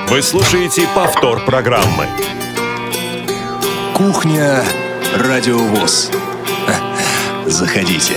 Вы слушаете повтор программы. Кухня Радио ВОС. Заходите.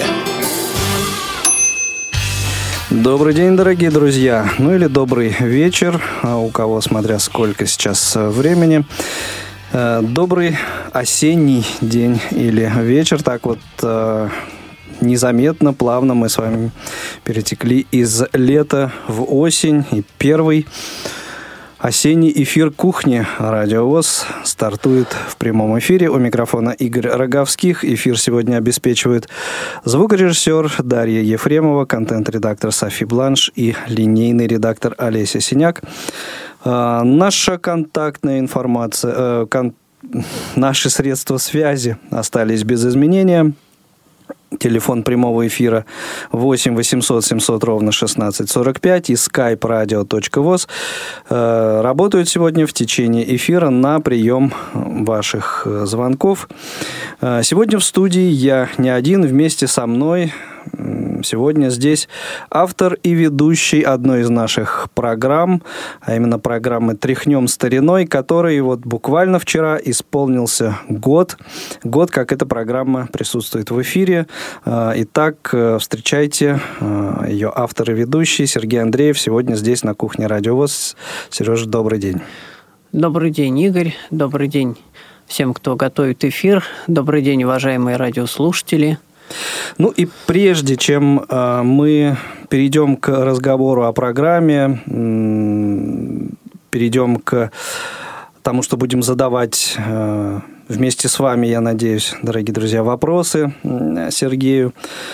Добрый день, дорогие друзья. Ну или добрый вечер, у кого, смотря сколько сейчас времени. Добрый осенний день или вечер. Так вот, незаметно, плавно мы с вами перетекли из лета в осень. И первый осенний эфир «Кухни» Радио ВОС стартует в прямом эфире. У микрофона Игорь Роговских. Эфир сегодня обеспечивают звукорежиссер Дарья Ефремова, контент-редактор Софи Бланш и линейный редактор Олеся Синяк. Наша контактная информация, наши средства связи остались без изменения. Телефон прямого эфира 8 800 700 ровно 1645 и skype radio.voz работают сегодня в течение эфира на прием ваших звонков. Сегодня в студии я не один, вместе со мной сегодня здесь автор и ведущий одной из наших программ, а именно программы «Тряхнем стариной», которой вот буквально вчера исполнился год, как эта программа присутствует в эфире. Итак, встречайте ее автор и ведущий Сергей Андреев сегодня здесь на кухне Радио ВОС. Сережа, добрый день. Добрый день, Игорь. Добрый день всем, кто готовит эфир. Добрый день, уважаемые радиослушатели. Ну и прежде чем мы перейдем к разговору о программе, перейдем к тому, что будем задавать вместе с вами, я надеюсь, дорогие друзья, вопросы Сергею.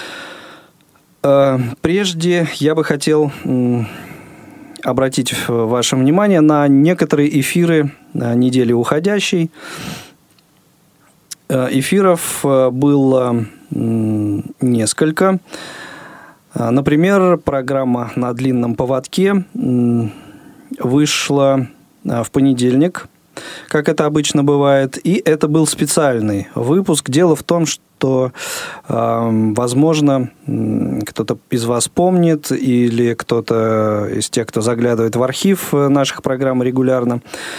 Прежде я бы хотел обратить ваше внимание на некоторые эфиры недели уходящей. Эфиров было несколько. Например, программа «На длинном поводке» вышла в понедельник, как это обычно бывает, и это был специальный выпуск. Дело в том, что, возможно, кто-то из вас помнит, или кто-то из тех, кто заглядывает в архив наших программ регулярно,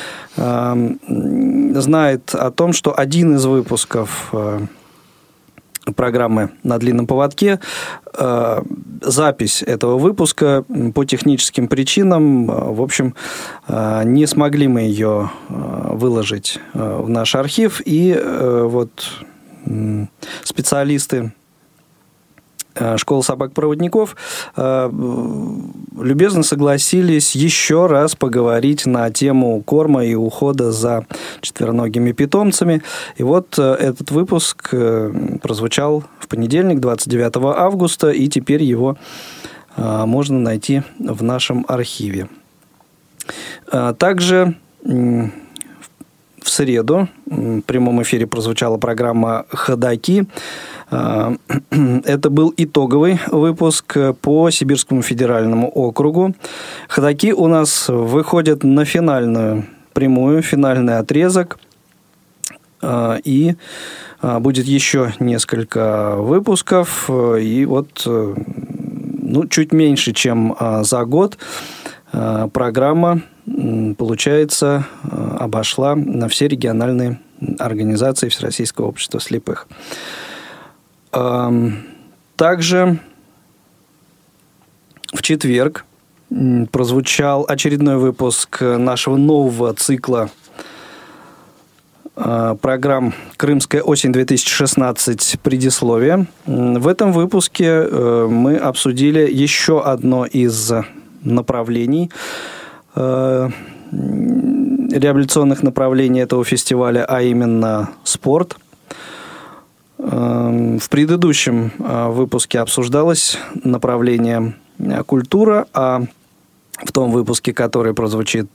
знает о том, что один из выпусков программы «На длинном поводке», запись этого выпуска по техническим причинам, в общем, не смогли мы ее выложить в наш архив, и вот специалисты школы собак-проводников любезно согласились еще раз поговорить на тему корма и ухода за четвероногими питомцами. И вот этот выпуск прозвучал в понедельник, 29 августа, и теперь его можно найти в нашем архиве. Также в среду в прямом эфире прозвучала программа «Ходоки». Это был итоговый выпуск по Сибирскому федеральному округу. Ходоки у нас выходят на финальную прямую, финальный отрезок. И будет еще несколько выпусков. И вот чуть меньше, чем за год программа, получается, обошла на все региональные организации Всероссийского общества слепых. Также в четверг прозвучал очередной выпуск нашего нового цикла программ «Крымская осень-2016. Предисловие». В этом выпуске мы обсудили еще одно из направлений, реабилитационных направлений этого фестиваля, а именно спорт. В предыдущем выпуске обсуждалось направление культура, а в том выпуске, который прозвучит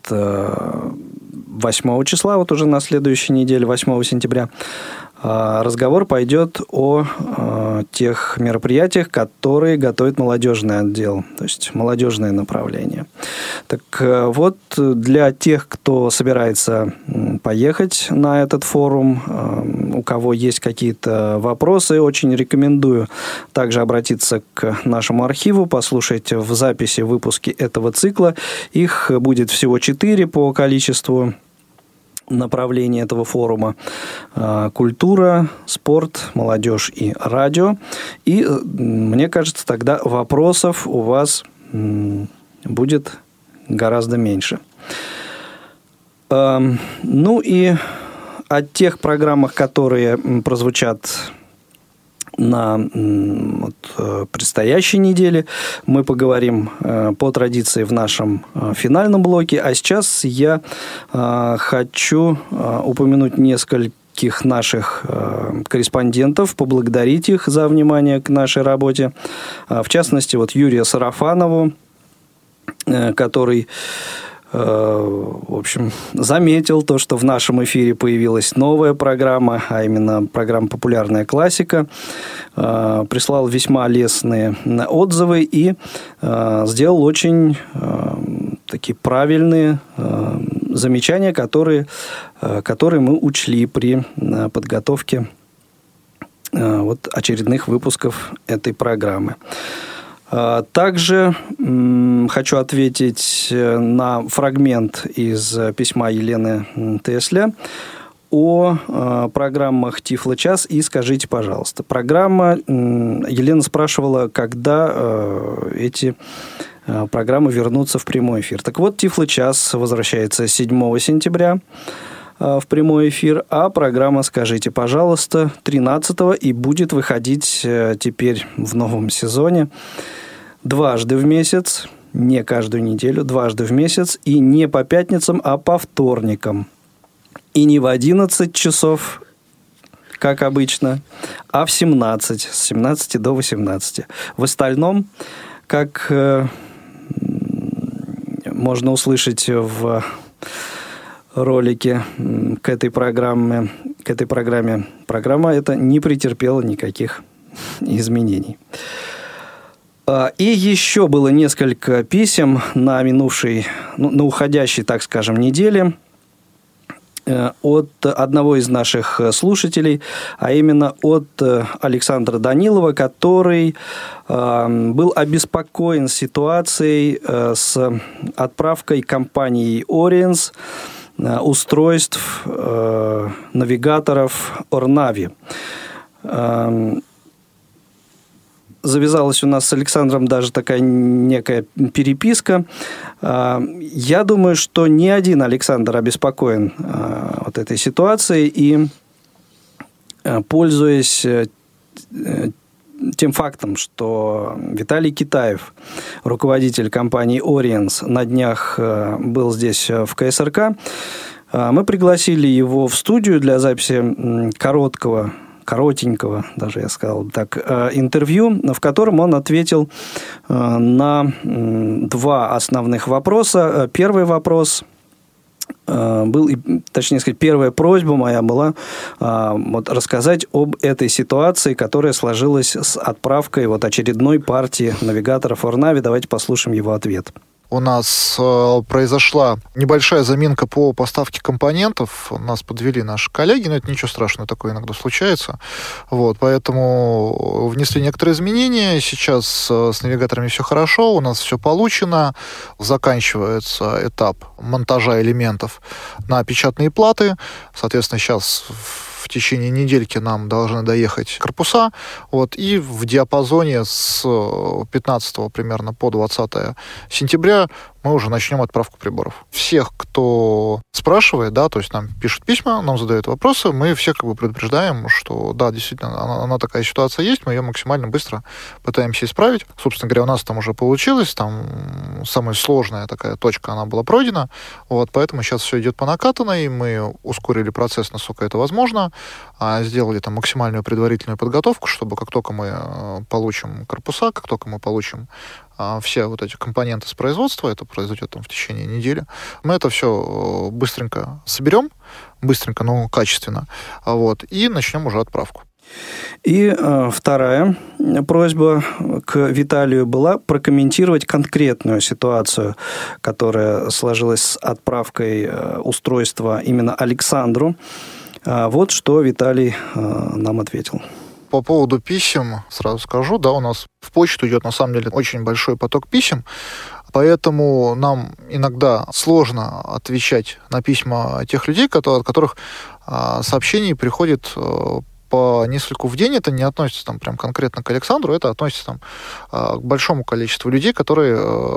8 числа, вот уже на следующей неделе, 8 сентября, разговор пойдет о тех мероприятиях, которые готовит молодежный отдел, то есть молодежное направление. Так вот, для тех, кто собирается поехать на этот форум. У кого есть какие-то вопросы, очень рекомендую также обратиться к нашему архиву, послушать в записи выпуски этого цикла. Их будет всего 4 по количеству направлений этого форума: культура, спорт, молодежь и радио. И мне кажется, тогда вопросов у вас будет гораздо меньше. Ну и о тех программах, которые прозвучат на предстоящей неделе, мы поговорим по традиции в нашем финальном блоке. А сейчас я хочу упомянуть нескольких наших корреспондентов, поблагодарить их за внимание к нашей работе. В частности, Юрия Сарафанову, который, в общем, заметил то, что в нашем эфире появилась новая программа, а именно программа «Популярная классика». Прислал весьма лестные отзывы и сделал очень такие правильные замечания, которые мы учли при подготовке очередных выпусков этой программы. Также хочу ответить на фрагмент из письма Елены Тесля о программах «Тифло-час» и «Скажите, пожалуйста». Программа, Елена спрашивала, когда эти программы вернутся в прямой эфир. Так вот, «Тифло-час» возвращается 7 сентября в прямой эфир, а программа «Скажите, пожалуйста» 13-го и будет выходить теперь в новом сезоне дважды в месяц, не каждую неделю, дважды в месяц, и не по пятницам, а по вторникам. И не в 11 часов, как обычно, а в 17, с 17 до 18. В остальном, как можно услышать в ролике к этой программе, программа эта не претерпела никаких изменений. И еще было несколько писем на минувшей, на уходящей, так скажем, неделе от одного из наших слушателей, а именно от Александра Данилова, который был обеспокоен ситуацией с отправкой компанией Oriens устройств навигаторов Ornavi. Завязалась у нас с Александром даже такая некая переписка. Я думаю, что не один Александр обеспокоен этой ситуацией, и, пользуясь тем фактом, что Виталий Китаев, руководитель компании Oriens, на днях был здесь в КСРК, мы пригласили его в студию для записи коротенького, даже я сказал так, интервью, в котором он ответил на 2 основных вопроса. Первый вопрос был, точнее сказать, первая просьба моя была рассказать об этой ситуации, которая сложилась с отправкой очередной партии навигаторов Ornavi. Давайте послушаем его ответ. У нас произошла небольшая заминка по поставке компонентов. Нас подвели наши коллеги, но это ничего страшного, такое иногда случается. Поэтому внесли некоторые изменения. Сейчас с навигаторами все хорошо, у нас все получено. Заканчивается этап монтажа элементов на печатные платы. Соответственно, сейчас в течение недельки нам должны доехать корпуса. И в диапазоне с 15 примерно по 20 сентября мы уже начнем отправку приборов. Всех, кто спрашивает, то есть нам пишут письма, нам задают вопросы, мы всех предупреждаем, что да, действительно, она такая ситуация есть, мы ее максимально быстро пытаемся исправить. Собственно говоря, у нас там уже получилось, там самая сложная такая точка, она была пройдена, поэтому сейчас все идет по накатанной, мы ускорили процесс, насколько это возможно, сделали там максимальную предварительную подготовку, чтобы как только мы получим корпуса, как только мы получим все эти компоненты с производства, это произойдет там в течение недели, мы это все быстренько соберем, но качественно, и начнем уже отправку. И вторая просьба к Виталию была прокомментировать конкретную ситуацию, которая сложилась с отправкой устройства именно Александру. Вот что Виталий нам ответил. По поводу писем сразу скажу, да, у нас в почту идет на самом деле очень большой поток писем, поэтому нам иногда сложно отвечать на письма тех людей, от которых сообщений приходит по нескольку в день. Это не относится там прям конкретно к Александру, это относится там к большому количеству людей, которые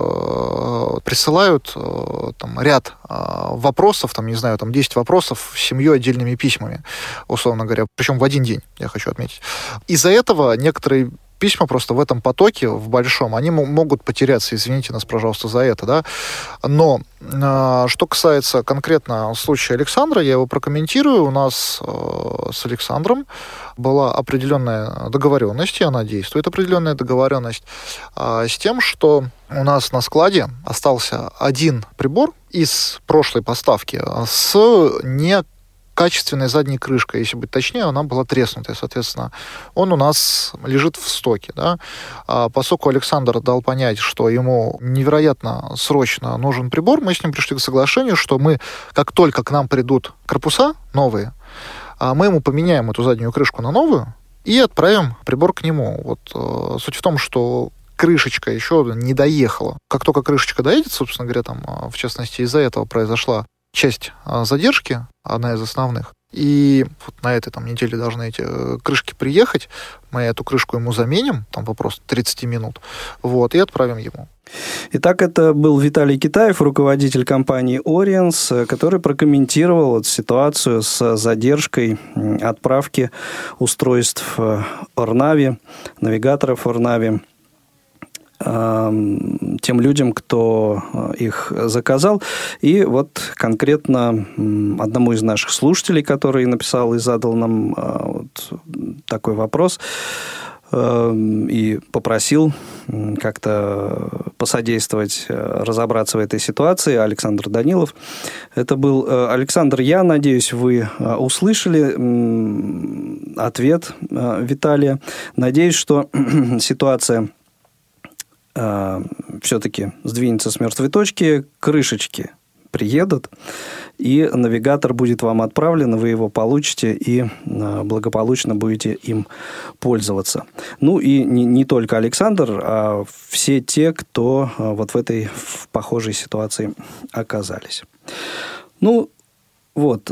присылают там ряд вопросов, там, не знаю, там 10 вопросов с 7 отдельными письмами, условно говоря, причем в один день, я хочу отметить. Из-за этого некоторые письма просто в этом потоке, в большом, они могут потеряться. Извините нас, пожалуйста, за это, да. Но что касается конкретно случая Александра, я его прокомментирую. У нас с Александром была определенная договоренность, и она действует, определенная договоренность с тем, что у нас на складе остался один прибор из прошлой поставки с некачественной задней крышкой, если быть точнее, она была треснутая, соответственно, он у нас лежит в стоке, да. Поскольку Александр дал понять, что ему невероятно срочно нужен прибор, мы с ним пришли к соглашению, что мы, как только к нам придут корпуса новые, мы ему поменяем эту заднюю крышку на новую и отправим прибор к нему. Вот суть в том, что крышечка еще не доехала. Как только крышечка доедет, собственно говоря, там, в частности, из-за этого произошла часть задержки, одна из основных. И вот на этой там неделе должны эти крышки приехать. Мы эту крышку ему заменим, там вопрос 30 минут, вот, и отправим ему. Итак, это был Виталий Китаев, руководитель компании Oriens, который прокомментировал вот ситуацию с задержкой отправки устройств Ornavi, навигаторов Ornavi, тем людям, кто их заказал. И вот конкретно одному из наших слушателей, который написал и задал нам вот такой вопрос и попросил как-то посодействовать, разобраться в этой ситуации, Александр Данилов. Это был Александр. Я надеюсь, вы услышали ответ Виталия. Надеюсь, что ситуация все-таки сдвинется с мертвой точки, крышечки приедут, и навигатор будет вам отправлен, вы его получите и благополучно будете им пользоваться. Ну и не только Александр, а все те, кто вот в похожей ситуации оказались. Ну, вот.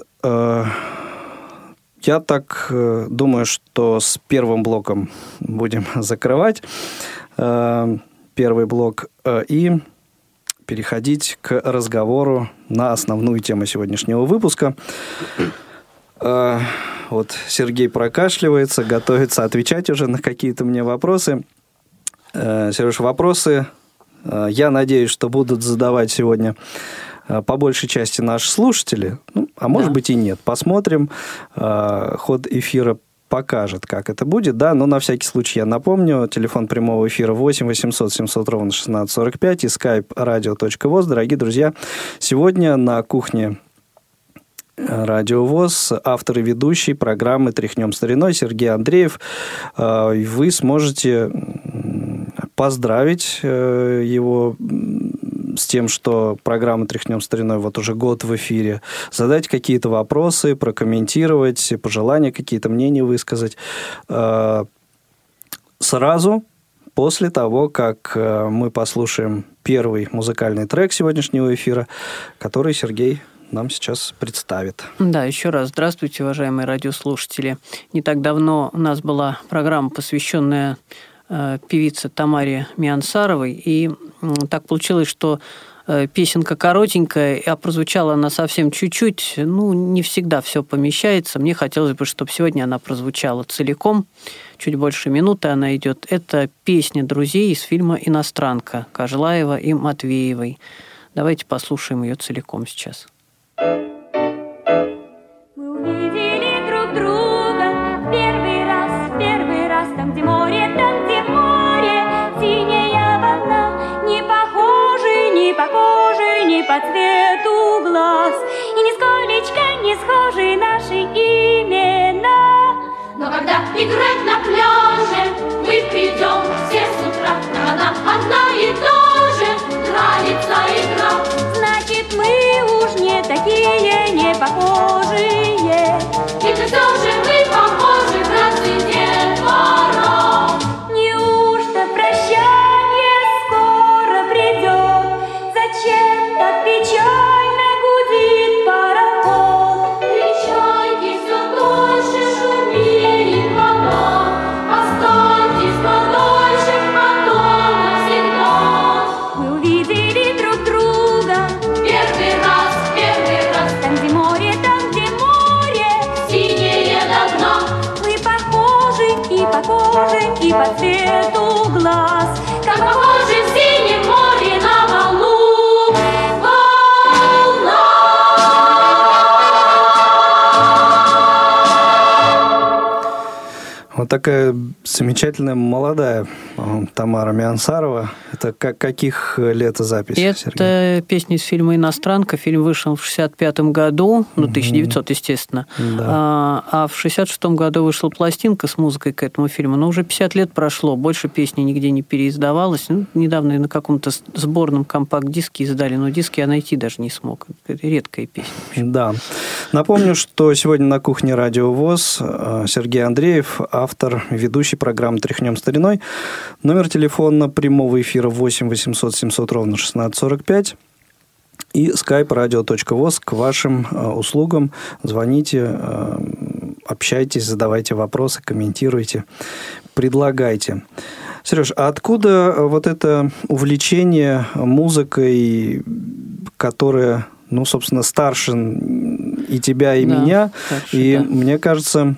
Я так думаю, что с первым блоком будем закрывать первый блок и переходить к разговору на основную тему сегодняшнего выпуска. Вот Сергей прокашливается, готовится отвечать уже на какие-то мне вопросы. Сереж, вопросы, я надеюсь, что будут задавать сегодня по большей части наши слушатели, а может быть и нет. Посмотрим, ход эфира покажет, как это будет, да, но на всякий случай я напомню, телефон прямого эфира 8 800 700 ровно 1645 и skype radio.voz. Дорогие друзья, сегодня на кухне Радио ВОС автор и ведущий программы «Тряхнем стариной» Сергей Андреев. Вы сможете поздравить его с тем, что программа «Тряхнем стариной» вот уже год в эфире, задать какие-то вопросы, прокомментировать, пожелания, какие-то мнения высказать. Сразу после того, как мы послушаем первый музыкальный трек сегодняшнего эфира, который Сергей нам сейчас представит. Да, еще раз здравствуйте, уважаемые радиослушатели. Не так давно у нас была программа, посвященная певице Тамаре Миансаровой, и так получилось, что песенка коротенькая, а прозвучала она совсем чуть-чуть, не всегда все помещается. Мне хотелось бы, чтобы сегодня она прозвучала целиком, чуть больше минуты она идет. Это песня друзей из фильма «Иностранка» Кожлаева и Матвеевой. Давайте послушаем ее целиком сейчас. Мы увидели друг друга первый раз, там, где море, синяя волна, не похожи ни по цвету глаз, и нисколечко не схожи наши имена. Но когда когда играть на пляже. Мы придем все с утра, а нам одна и та же нравится игра. Значит, мы уж не такие не похожие. И кто же мы похожи в разный детвора? Неужто прощание скоро придет? Зачем так печально гудит пароход? Встречайте, все дольше шумит вода. Останьтесь подольше, потом навсегда. Мы увидели друг друга первый раз. Там, где море, синее до дна. Мы похожи и по цвету глаз, как похожи в синем море на волну. Вот такая замечательная молодая Тамара Миансарова. Это каких лет запись, Это Сергей? песня из фильма «Иностранка». Фильм вышел в 1965 году, 1900, естественно. Да. А в 1966 году вышла пластинка с музыкой к этому фильму. Но уже 50 лет прошло, больше песни нигде не переиздавалась. Недавно на каком-то сборном компакт-диске издали, но диски я найти даже не смог. Это редкая песня. Да. Напомню, что сегодня на кухне Радио ВОС Сергей Андреев, автор, ведущий программы «Тряхнем стариной». Номер телефона прямого эфира 8 800 700 ровно 1645. И skype radio.voz к вашим услугам. Звоните, общайтесь, задавайте вопросы, комментируйте, предлагайте. Сереж, а откуда вот это увлечение музыкой, которое, ну, собственно, старше и тебя, и меня? Старше, и мне кажется,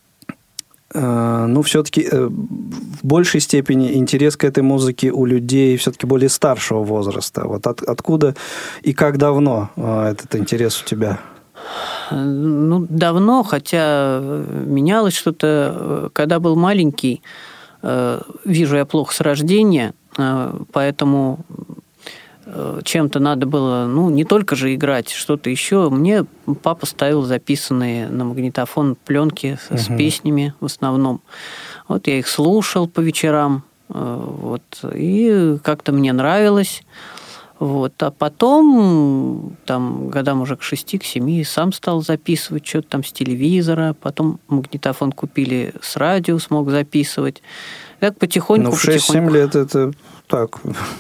ну, все-таки в большей степени интерес к этой музыке у людей все-таки более старшего возраста. Вот откуда и как давно этот интерес у тебя? Ну, давно, хотя менялось что-то. Когда был маленький, вижу я плохо с рождения, поэтому чем-то надо было, ну, не только же играть, что-то еще. Мне папа ставил записанные на магнитофон пленки с песнями в основном. Вот я их слушал по вечерам, вот, и как-то мне нравилось. Вот. А потом, там, годам уже к 6-7, сам стал записывать что-то там с телевизора, потом магнитофон купили с радио, смог записывать. Так потихоньку. Ну, в 6-7 лет это так...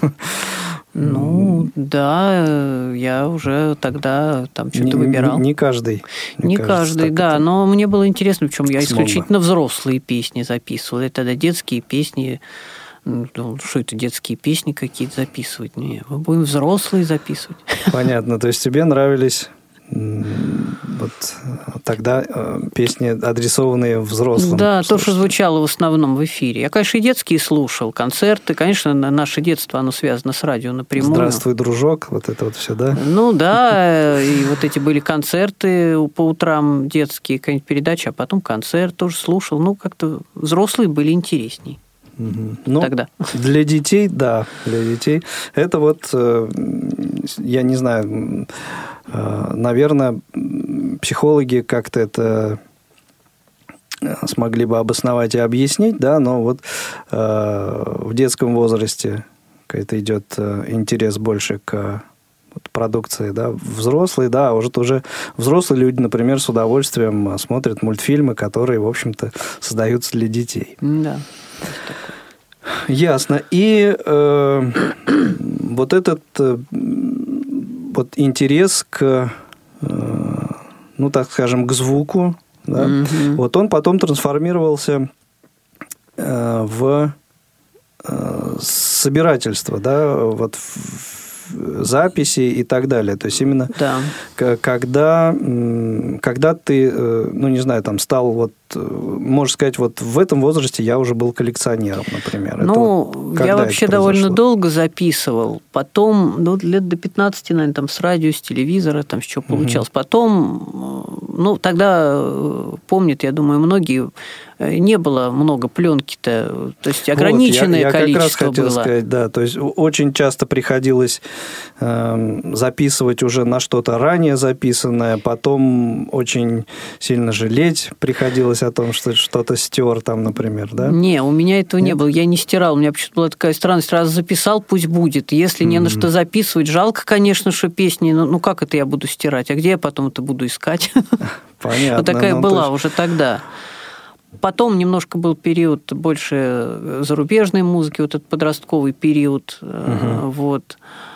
Ну, да, я уже тогда там что-то выбирал. Не каждый. Не каждый, да. Но мне было интересно, причем я исключительно взрослые песни записывал. Это тогда детские песни. Что это, детские песни какие-то записывать? Не, мы будем взрослые записывать. Понятно. То есть тебе нравились вот тогда песни, адресованные взрослым? Да, то, что звучало в основном в эфире. Я, конечно, и детские слушал, концерты. Конечно, наше детство, оно связано с радио напрямую. «Здравствуй, дружок», вот это вот все, да? Ну да, и вот эти были концерты по утрам, детские какие-нибудь передачи, а потом концерт тоже слушал. Ну, как-то взрослые были интересней. Ну, тогда. Для детей, да, для детей. Это вот, я не знаю, наверное, психологи как-то это смогли бы обосновать и объяснить, да, но вот в детском возрасте какой-то идет интерес больше к продукции, да, взрослые, да, уже взрослые люди, например, с удовольствием смотрят мультфильмы, которые, в общем-то, создаются для детей. Да. Ясно. И вот этот вот интерес к, ну, так скажем, к звуку, да, вот он потом трансформировался в собирательство, да, вот записи и так далее. То есть именно когда ты, ну, не знаю, там стал вот, можно сказать, вот в этом возрасте я уже был коллекционером, например. Ну, вот я вообще довольно долго записывал. Потом, ну, лет до 15, наверное, там с радио, с телевизора, там что получалось. Потом, ну, тогда помнят, я думаю, многие, не было много пленки-то, то есть ограниченное количество было. Я как раз хотел сказать, да, то есть очень часто приходилось записывать уже на что-то ранее записанное, потом очень сильно жалеть приходилось о том, что что-то стер там, например, да? Не, у меня этого не было, я не стирал, у меня почему-то была такая странность, раз записал, пусть будет, если не на что записывать, жалко, конечно, что песни, ну как это я буду стирать, а где я потом это буду искать? Понятно. Вот такая была уже тогда. Потом немножко был период больше зарубежной музыки, вот этот подростковый период, вот.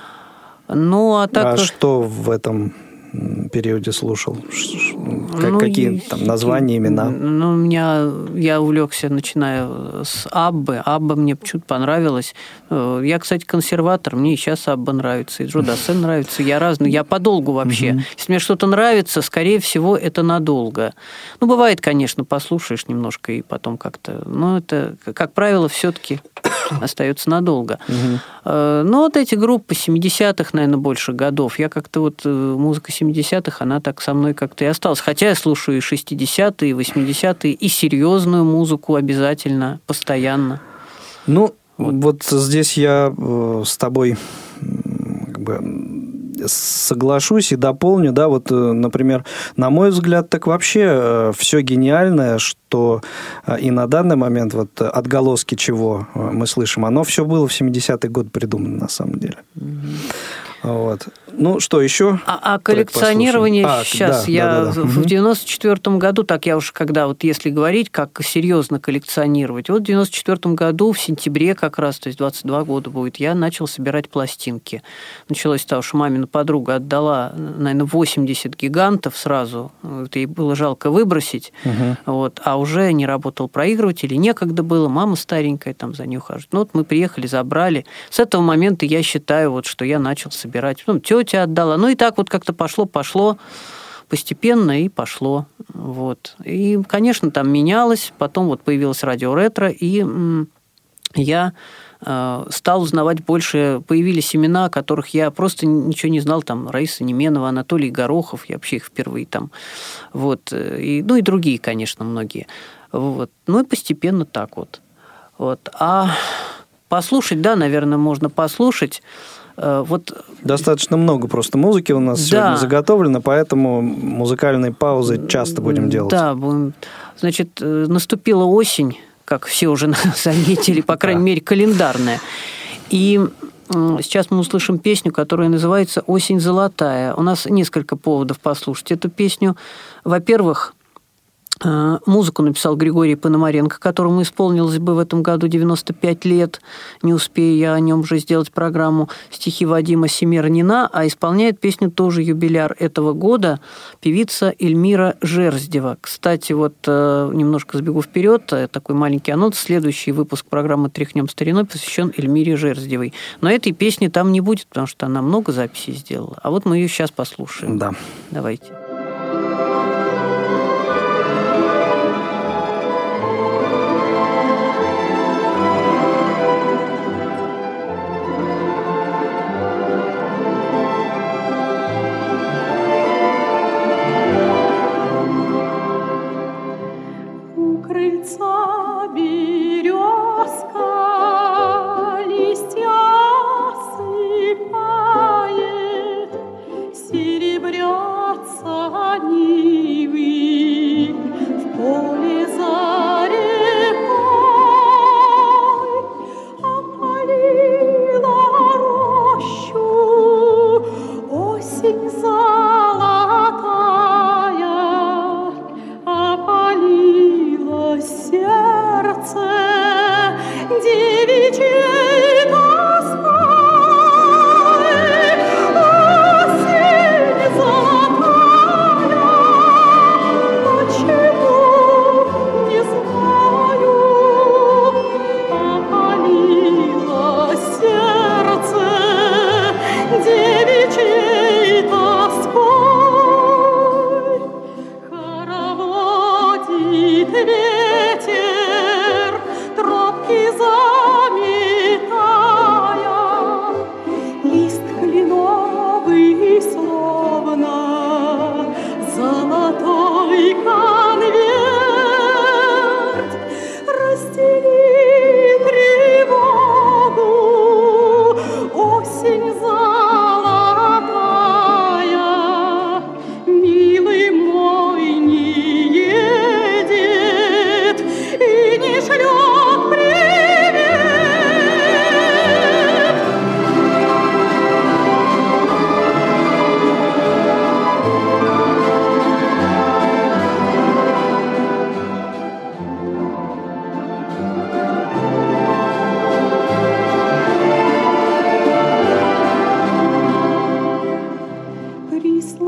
Ну, а так... А что в этом периоде слушал? Какие там названия, имена? Ну, я увлекся, начиная с Аббы. Абба мне почему-то понравилась. Я, кстати, консерватор, мне и сейчас Абба нравится, и Джо Дассен нравится. Я разный, я подолгу вообще. Если мне что-то нравится, скорее всего, это надолго. Ну, бывает, конечно, послушаешь немножко и потом как-то... Но это, как правило, все-таки остается надолго. Но вот эти группы 70-х, наверное, больше годов, я как-то вот музыка 70-х, она так со мной как-то и осталась. Хотя я слушаю и 60-е, и 80-е, и серьезную музыку обязательно, постоянно. Ну, вот здесь я с тобой как бы соглашусь и дополню, да, вот, например, на мой взгляд, так вообще все гениальное, что и на данный момент вот отголоски чего мы слышим, оно все было в 70-й год придумано на самом деле. Вот. Ну, что еще? А коллекционирование сейчас в 94-м году, так я уж когда вот если говорить, как серьезно коллекционировать, вот в 94-м году, в сентябре как раз, то есть 22 года будет, я начал собирать пластинки. Началось с того, что мамина подруга отдала, наверное, 80 гигантов сразу, вот ей было жалко выбросить, вот, а уже не работал проигрыватель, и некогда было, мама старенькая, там за нее ухаживает. Ну, вот мы приехали, забрали. С этого момента я считаю, вот, что я начал собирать. Потом тетя отдала. Ну, и так вот как-то пошло, постепенно и пошло. Вот. И, конечно, там менялось. Потом вот появилось радио ретро, и я стал узнавать больше. Появились имена, о которых я просто ничего не знал. Там Раиса Неменова, Анатолий Горохов. Я вообще их впервые там. Вот. И другие, конечно, многие. Вот. Ну, и постепенно так вот. Вот. А послушать, да, наверное, можно послушать. Вот... Достаточно много просто музыки у нас сегодня заготовлено, поэтому музыкальные паузы часто будем делать. Да, будем. Значит, наступила осень, как все уже заметили, по крайней мере, календарная. И сейчас мы услышим песню, которая называется «Осень золотая». У нас несколько поводов послушать эту песню. Во-первых, музыку написал Григорий Пономаренко, которому исполнилось бы в этом году 95 лет. Не успею я о нем уже сделать программу. Стихи Вадима Семернина, а исполняет песню тоже юбиляр этого года певица Эльмира Жерздева. Кстати, вот немножко сбегу вперед, такой маленький анонс. Следующий выпуск программы «Тряхнем стариной» посвящен Эльмире Жерздевой. Но этой песни там не будет, потому что она много записей сделала. А вот мы ее сейчас послушаем. Да. Давайте. Серебрятся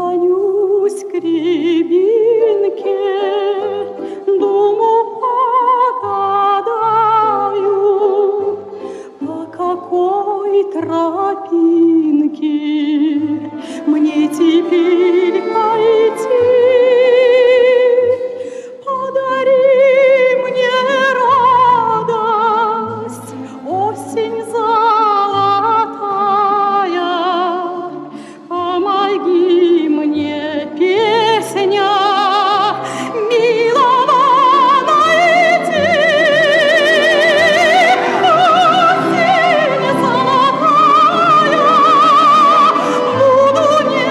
Кланяюсь к рябинке, думу погадаю, по какой тропинке мне теперь пойти. Подари мне радость, осень золотая, помоги мне, песня, милого найти. Осень золотая, буду не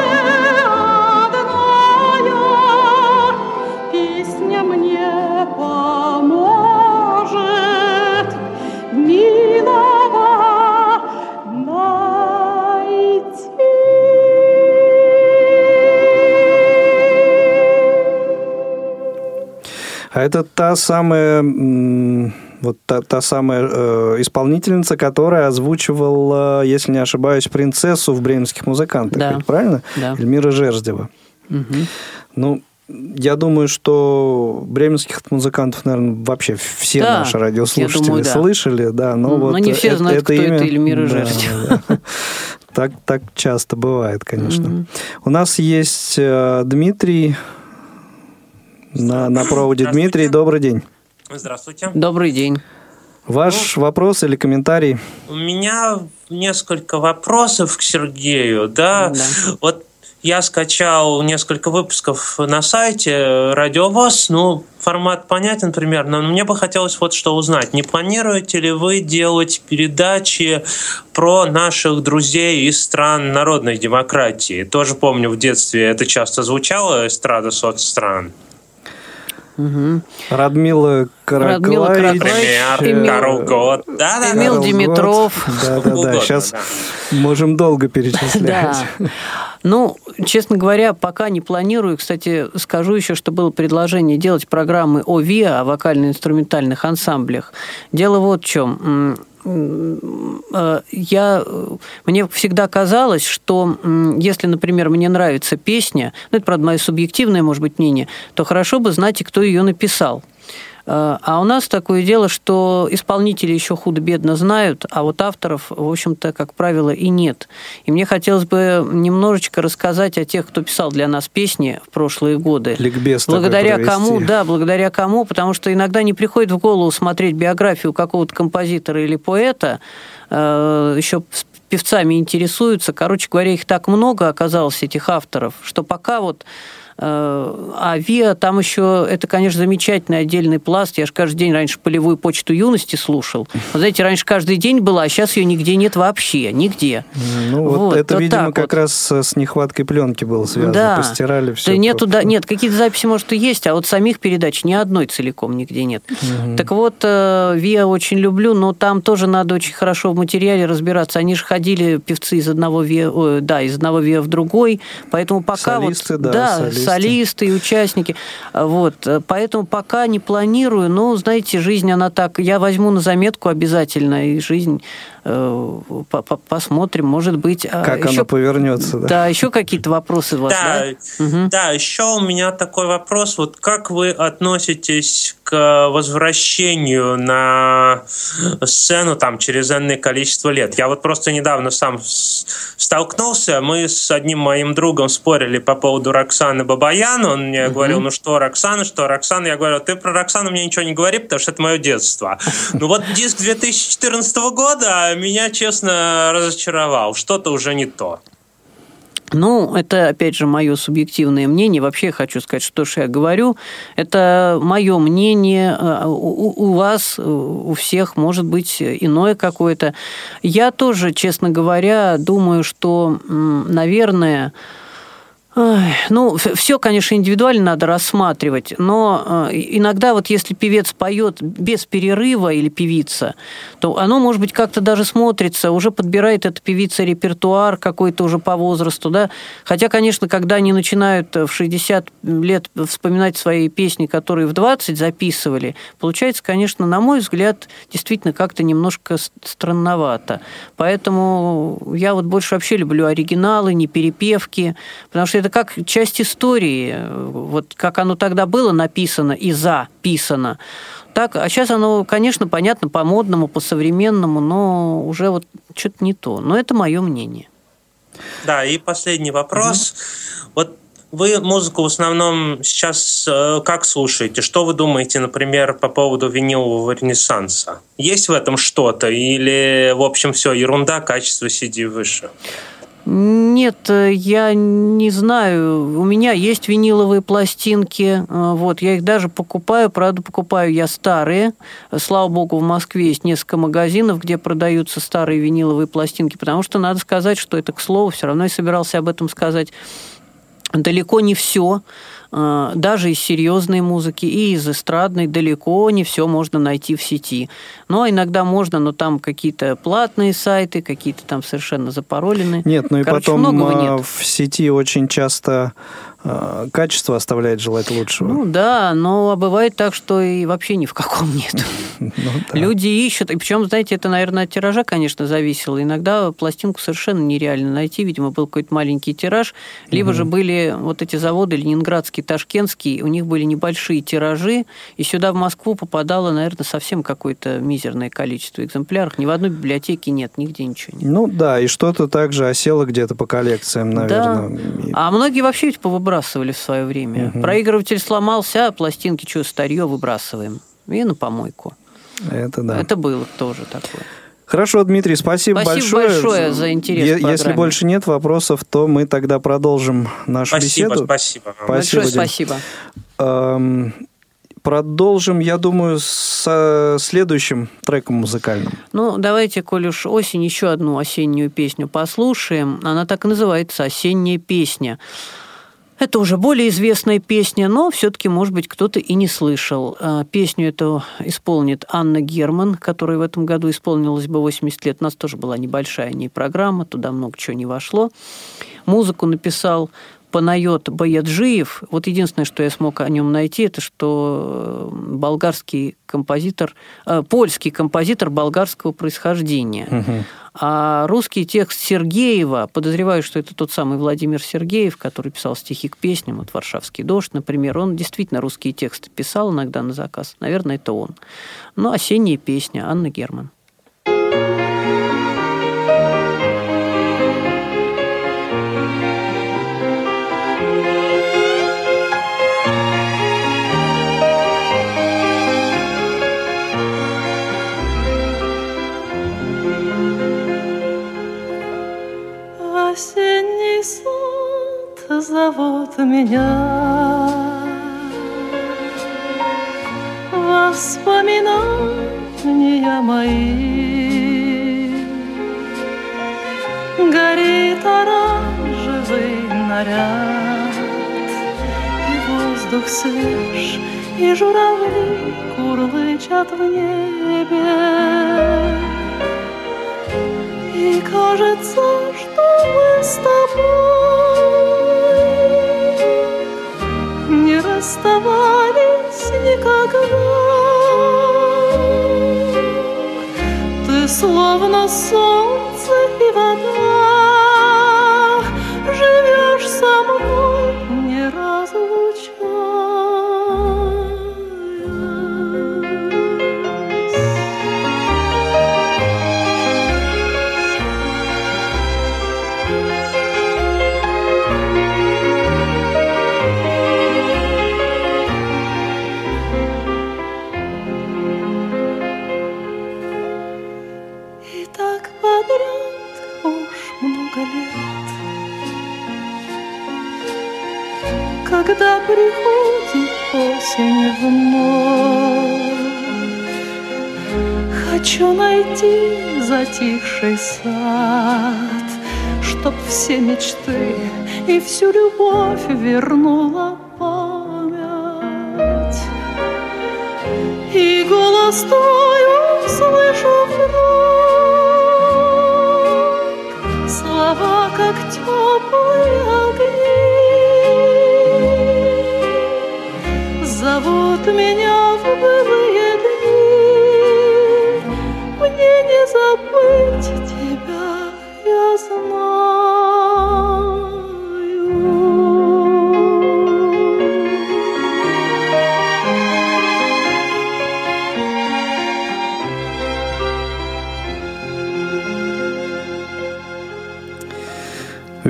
одная, песня мне поможет милого найти. А это та самая, та самая исполнительница, которая озвучивала, если не ошибаюсь, принцессу в «Бременских музыкантах». Да. Ведь правильно? Да. Эльмира Жерждева. Угу. Ну, я думаю, что «Бременских музыкантов», наверное, вообще все Да, наши радиослушатели я думаю, да. слышали. Да, но вот не все знают, кто имя, это Эльмира Жерждева. Да. Так часто бывает, конечно. Мгм. У нас есть Дмитрий на проводе. Дмитрий, добрый день. Здравствуйте. Добрый день. Ваш вопрос или комментарий? У меня несколько вопросов к Сергею. Да? Вот я скачал несколько выпусков на сайте Радио ВОС. Ну, формат понятен примерно, но мне бы хотелось вот что узнать. Не планируете ли вы делать передачи про наших друзей из стран народной демократии? Тоже помню, в детстве это часто звучало, эстрада соцстран. Угу. Радмила Караклаевич. Например, Карл Гот. Эмил Димитров. Да. Сейчас можем долго перечислять. Да. Ну, честно говоря, пока не планирую. Кстати, скажу еще, что было предложение делать программы о ВИА, о вокально-инструментальных ансамблях. Дело вот в чем. Мне всегда казалось, что если, например, мне нравится песня, ну, это, правда, мое субъективное, может быть, мнение, то хорошо бы знать, и кто ее написал. А у нас такое дело, что исполнители еще худо-бедно знают, а вот авторов, в общем-то, как правило, и нет. И мне хотелось бы немножечко рассказать о тех, кто писал для нас песни в прошлые годы. Ликбез благодаря такой кому, да, благодаря кому, потому что иногда не приходит в голову смотреть биографию какого-то композитора или поэта, еще с певцами интересуются. Короче говоря, их так много оказалось, этих авторов, что пока вот... А ВИА, там еще, это, конечно, замечательный отдельный пласт. Я же каждый день раньше полевую почту юности слушал. Вы знаете, раньше каждый день была, а сейчас ее нигде нет вообще, нигде. Ну, вот это, видимо, как раз с нехваткой пленки было связано. Да. Постирали все. Да нету, да, нет, какие-то записи, может, и есть, а вот самих передач ни одной целиком нигде нет. Угу. Так вот, ВИА очень люблю, но там тоже надо очень хорошо в материале разбираться. Они же ходили, певцы, из одного ВИА в другой, поэтому пока солисты, вот... Да, солисты и участники. Вот. Поэтому пока не планирую, но, знаете, жизнь, она так... Я возьму на заметку обязательно, и жизнь... Посмотрим, может быть... Как еще, оно повернется. Да, да, еще какие-то вопросы у вас, да? Угу. Да, еще у меня такой вопрос. Вот как вы относитесь к возвращению на сцену там, через энное количество лет? Я вот просто недавно сам столкнулся. Мы с одним моим другом спорили по поводу Роксаны Бабаян. Он мне говорил, ну что Роксана, что Роксана. Я говорю, ты про Роксану мне ничего не говори, потому что это мое детство. Ну вот диск 2014 года меня, честно, разочаровал. Что-то уже не то. Ну, это, опять же, мое субъективное мнение. Вообще, хочу сказать, что я говорю, это мое мнение. У вас, у всех, может быть, иное какое-то. Я тоже, честно говоря, думаю, что, наверное... Ну, все, конечно, индивидуально надо рассматривать, но иногда вот если певец поет без перерыва или певица, то оно, может быть, как-то даже смотрится, уже подбирает эта певица репертуар какой-то уже по возрасту, да. Хотя, конечно, когда они начинают в 60 лет вспоминать свои песни, которые в 20 записывали, получается, конечно, на мой взгляд, действительно как-то немножко странновато. Поэтому я вот больше вообще люблю оригиналы, не перепевки, потому что это это как часть истории. Вот как оно тогда было написано и записано. Так, а сейчас оно, конечно, понятно по-модному, по-современному, но уже вот что-то не то. Но это мое мнение. Да, и последний вопрос. Вот вы музыку в основном сейчас как слушаете? Что вы думаете, например, по поводу винилового ренессанса? Есть в этом что-то? Или, в общем, все ерунда, качество CD выше? Нет, я не знаю. У меня есть виниловые пластинки. Вот, я их даже покупаю. Правда, покупаю я старые. Слава богу, в Москве есть несколько магазинов, где продаются старые виниловые пластинки. Потому что надо сказать, что это, к слову, все равно я собирался об этом сказать. Далеко не все, даже из серьезной музыки и из эстрадной, далеко не все можно найти в сети. Но иногда можно, но там какие-то платные сайты, какие-то там совершенно запароленные. Нет, ну и короче, потом в сети очень часто качество оставляет желать лучшего. Ну да, но бывает так, что и вообще ни в каком нет. Люди ищут, и причем, знаете, это, наверное, от тиража, конечно, зависело. Иногда пластинку совершенно нереально найти, видимо, был какой-то маленький тираж, либо же были вот эти заводы ленинградский, ташкентский, у них были небольшие тиражи, и сюда в Москву попадало, наверное, совсем какое-то мизерное количество экземпляров. Ни в одной библиотеке нет, нигде ничего нет. Ну да, и что-то также осело где-то по коллекциям, наверное. Да. А многие вообще ведь повыбрасывали в свое время. Проигрыватель сломался, а пластинки, что, старье выбрасываем. И на помойку. Это да. Это было тоже такое. Хорошо, Дмитрий, спасибо большое за интерес. Если больше нет вопросов, то мы тогда продолжим нашу беседу. Спасибо. Большое спасибо. Продолжим, я думаю, с следующим треком музыкальным. Ну, давайте, коль уж осень, еще одну осеннюю песню послушаем. Она так и называется «Осенняя песня». Это уже более известная песня, но все-таки, может быть, кто-то и не слышал. Песню эту исполнит Анна Герман, которой в этом году исполнилось бы 80 лет. У нас тоже была небольшая программа, туда много чего не вошло. Музыку написал Панайот Баяджиев. Вот единственное, что я смог о нем найти, это что польский композитор болгарского происхождения. А русский текст Сергеева, подозреваю, что это тот самый Владимир Сергеев, который писал стихи к песням, вот «Варшавский дождь», например, он действительно русские тексты писал иногда на заказ. Наверное, это он. Но «Осенняя песня», Анна Герман. Осенний сад зовут меня, воспоминания мои. Горит оранжевый наряд, и воздух свеж, и журавли курлычат в небе. И кажется, что мы с тобой не расставались никогда. Ты словно солнце и вода, живешь со мной, не разлучаясь. Когда приходит осень вновь, хочу найти затихший сад, чтоб все мечты и всю любовь вернула память. И голос твой услышу вновь, слова, как теплые огни, зовут меня в былые дни. Мне не забыть тебя, я знаю.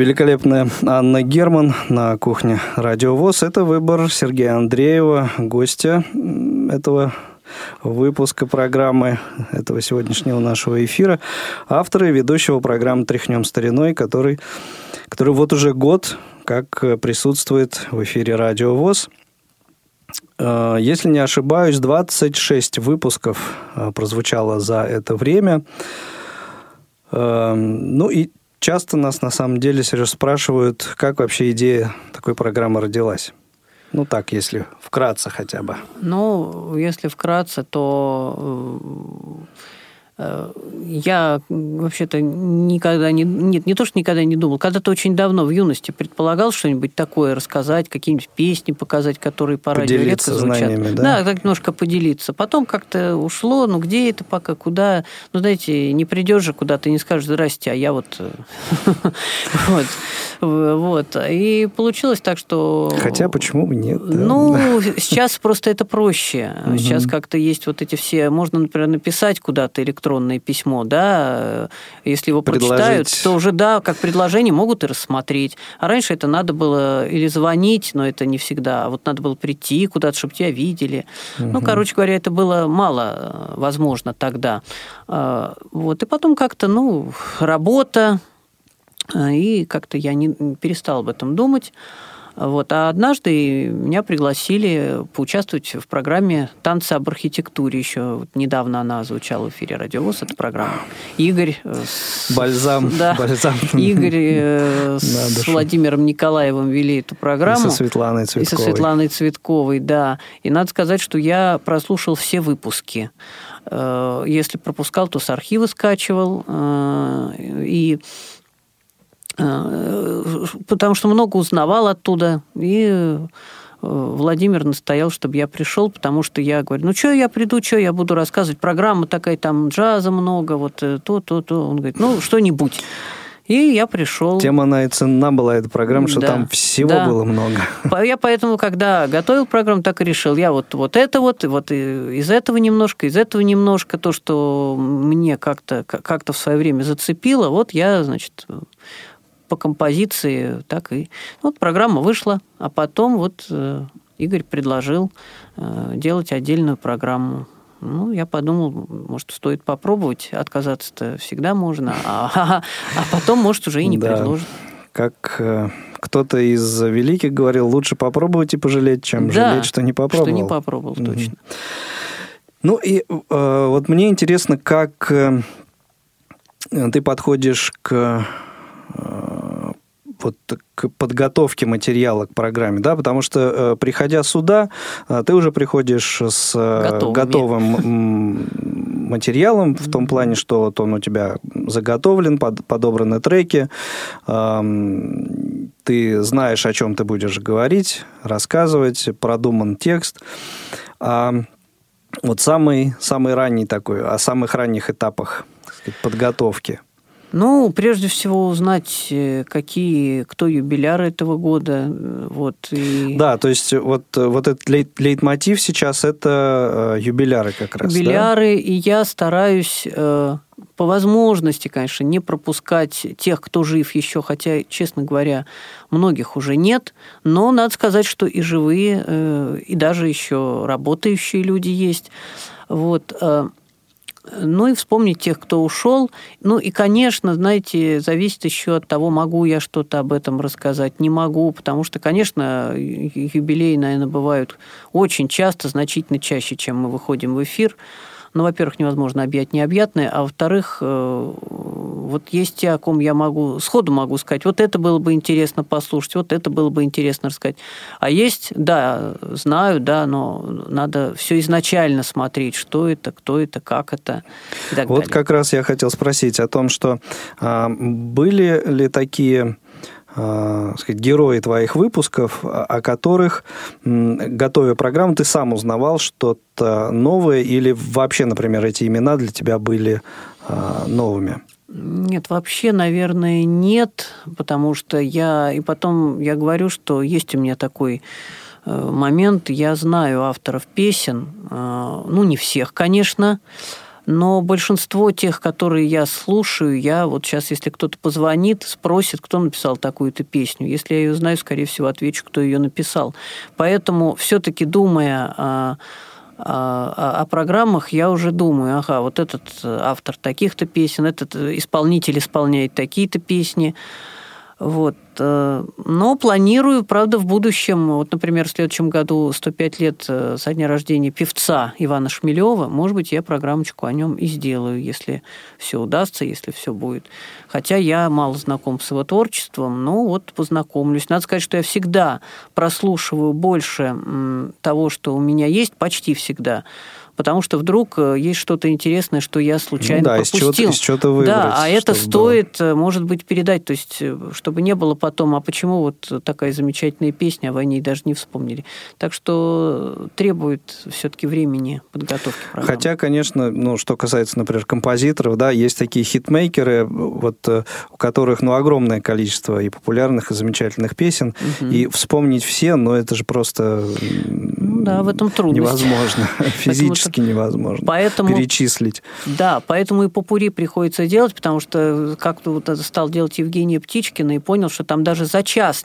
Великолепная Анна Герман на кухне Радио ВОС. Это выбор Сергея Андреева, гостя этого выпуска программы, этого сегодняшнего нашего эфира, автора и ведущего программы «Тряхнем стариной», который вот уже год как присутствует в эфире Радио ВОС. Если не ошибаюсь, 26 выпусков прозвучало за это время. Ну и часто нас на самом деле, Сереж, спрашивают, как вообще идея такой программы родилась. Ну так, если вкратце хотя бы. Ну, если вкратце, то я вообще-то никогда не то, что никогда не думал, когда-то очень давно в юности предполагал что-нибудь такое рассказать, какие-нибудь песни показать, которые по радио редко звучат. Знаниями, да? Да, так немножко поделиться. Потом как-то ушло, ну где это пока, куда? Ну, знаете, не придешь же куда-то и не скажешь «здрасте», а я вот... Вот. И получилось так, что... Хотя почему бы нет? Ну, сейчас просто это проще. Сейчас как-то есть вот эти все... Можно, например, написать куда-то электронное письмо, да, если его прочитают, то уже, да, как предложение могут и рассмотреть. А раньше это надо было или звонить, но это не всегда. Вот надо было прийти куда-то, чтобы тебя видели. Ну, короче говоря, это было мало возможно тогда. Вот. И потом как-то, ну, работа, и как-то я не перестала об этом думать. Вот. А однажды меня пригласили поучаствовать в программе «Танцы об архитектуре». Еще вот недавно она звучала в эфире Радио ВОС, эта программа. Игорь... Бальзам. Да, бальзам. Игорь с Владимиром Николаевым вели эту программу. И со Светланой Цветковой. И со Светланой Цветковой, да. И надо сказать, что я прослушал все выпуски. Если пропускал, то с архива скачивал. И... потому что много узнавал оттуда, и Владимир настоял, чтобы я пришел, потому что я говорю, ну, что я приду, что я буду рассказывать, программа такая, там джаза много, вот то. Он говорит, ну, что-нибудь. И я пришел. Тем она и ценна была, эта программа, что там всего было много. Я поэтому, когда готовил программу, так и решил. Я вот это вот из этого немножко, то, что мне как-то в свое время зацепило, вот я, значит... по композиции, так и... Вот программа вышла, а потом вот Игорь предложил делать отдельную программу. Ну, я подумал, может, стоит попробовать, отказаться-то всегда можно, а потом, может, уже и не предложат. Как кто-то из великих говорил, лучше попробовать и пожалеть, чем жалеть, что не попробовал. Что не попробовал, точно. Ну, и вот мне интересно, как ты подходишь к подготовке материала к программе, да, потому что, приходя сюда, ты уже приходишь с готовым материалом, в том плане, что вот он у тебя заготовлен, подобраны треки, ты знаешь, о чем ты будешь говорить, рассказывать, продуман текст. Вот самый ранний такой, о самых ранних этапах, так сказать, подготовки. Ну, прежде всего узнать, кто юбиляры этого года. Вот, и... Да, то есть вот этот лейтмотив сейчас это юбиляры как раз. Юбиляры, да? И я стараюсь по возможности, конечно, не пропускать тех, кто жив еще, хотя, честно говоря, многих уже нет, но надо сказать, что и живые, и даже еще работающие люди есть. Вот. Ну и вспомнить тех, кто ушел. Ну и, конечно, знаете, зависит еще от того, могу я что-то об этом рассказать, не могу, потому что, конечно, юбилеи, наверное, бывают очень часто, значительно чаще, чем мы выходим в эфир. Ну, во-первых, невозможно объять необъятное, а во-вторых, вот есть те, о ком я сходу могу сказать, вот это было бы интересно послушать, вот это было бы интересно рассказать. А есть, да, знаю, да, но надо все изначально смотреть, что это, кто это, как это и так вот далее. Как раз я хотел спросить о том, что были ли такие... сказать, герои твоих выпусков, о которых, готовя программу, ты сам узнавал что-то новое, или вообще, например, эти имена для тебя были новыми? Нет, вообще, наверное, нет, потому что я говорю, что есть у меня такой момент, я знаю авторов песен, ну, не всех, конечно, Но большинство тех, которые я слушаю, я вот сейчас, если кто-то позвонит, спросит, кто написал такую-то песню. Если я ее знаю, скорее всего, отвечу, кто ее написал. Поэтому все-таки, думая о программах, я уже думаю, ага, вот этот автор таких-то песен, этот исполнитель исполняет такие-то песни. Вот. Но планирую, правда, в будущем, вот, например, в следующем году 105 лет со дня рождения певца Ивана Шмелева, может быть, я программочку о нем и сделаю, если все удастся, если все будет. Хотя я мало знаком с его творчеством, но вот познакомлюсь. Надо сказать, что я всегда прослушиваю больше того, что у меня есть, почти всегда. Потому что вдруг есть что-то интересное, что я случайно пропустил. Из чего-то выбрать. Да, а это стоит, может быть, передать. То есть, чтобы не было потом, а почему вот такая замечательная песня, а вы о ней даже не вспомнили. Так что требует все-таки времени подготовки программы. Хотя, конечно, что касается, например, композиторов, да, есть такие хитмейкеры, вот, у которых, огромное количество и популярных, и замечательных песен, и вспомнить все, но это же просто... Да, в этом трудность. Невозможно. Физически невозможно перечислить. Да, поэтому и попурри приходится делать, потому что как-то вот стал делать Евгения Птичкина и понял, что там даже за час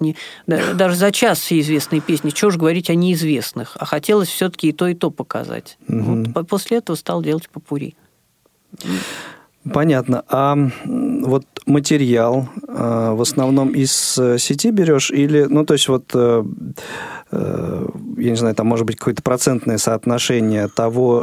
все известные песни, чего же говорить о неизвестных, а хотелось все-таки и то показать. Вот после этого стал делать попурри. Понятно. А вот материал в основном из сети берешь или, то есть вот, я не знаю, там может быть какое-то процентное соотношение того,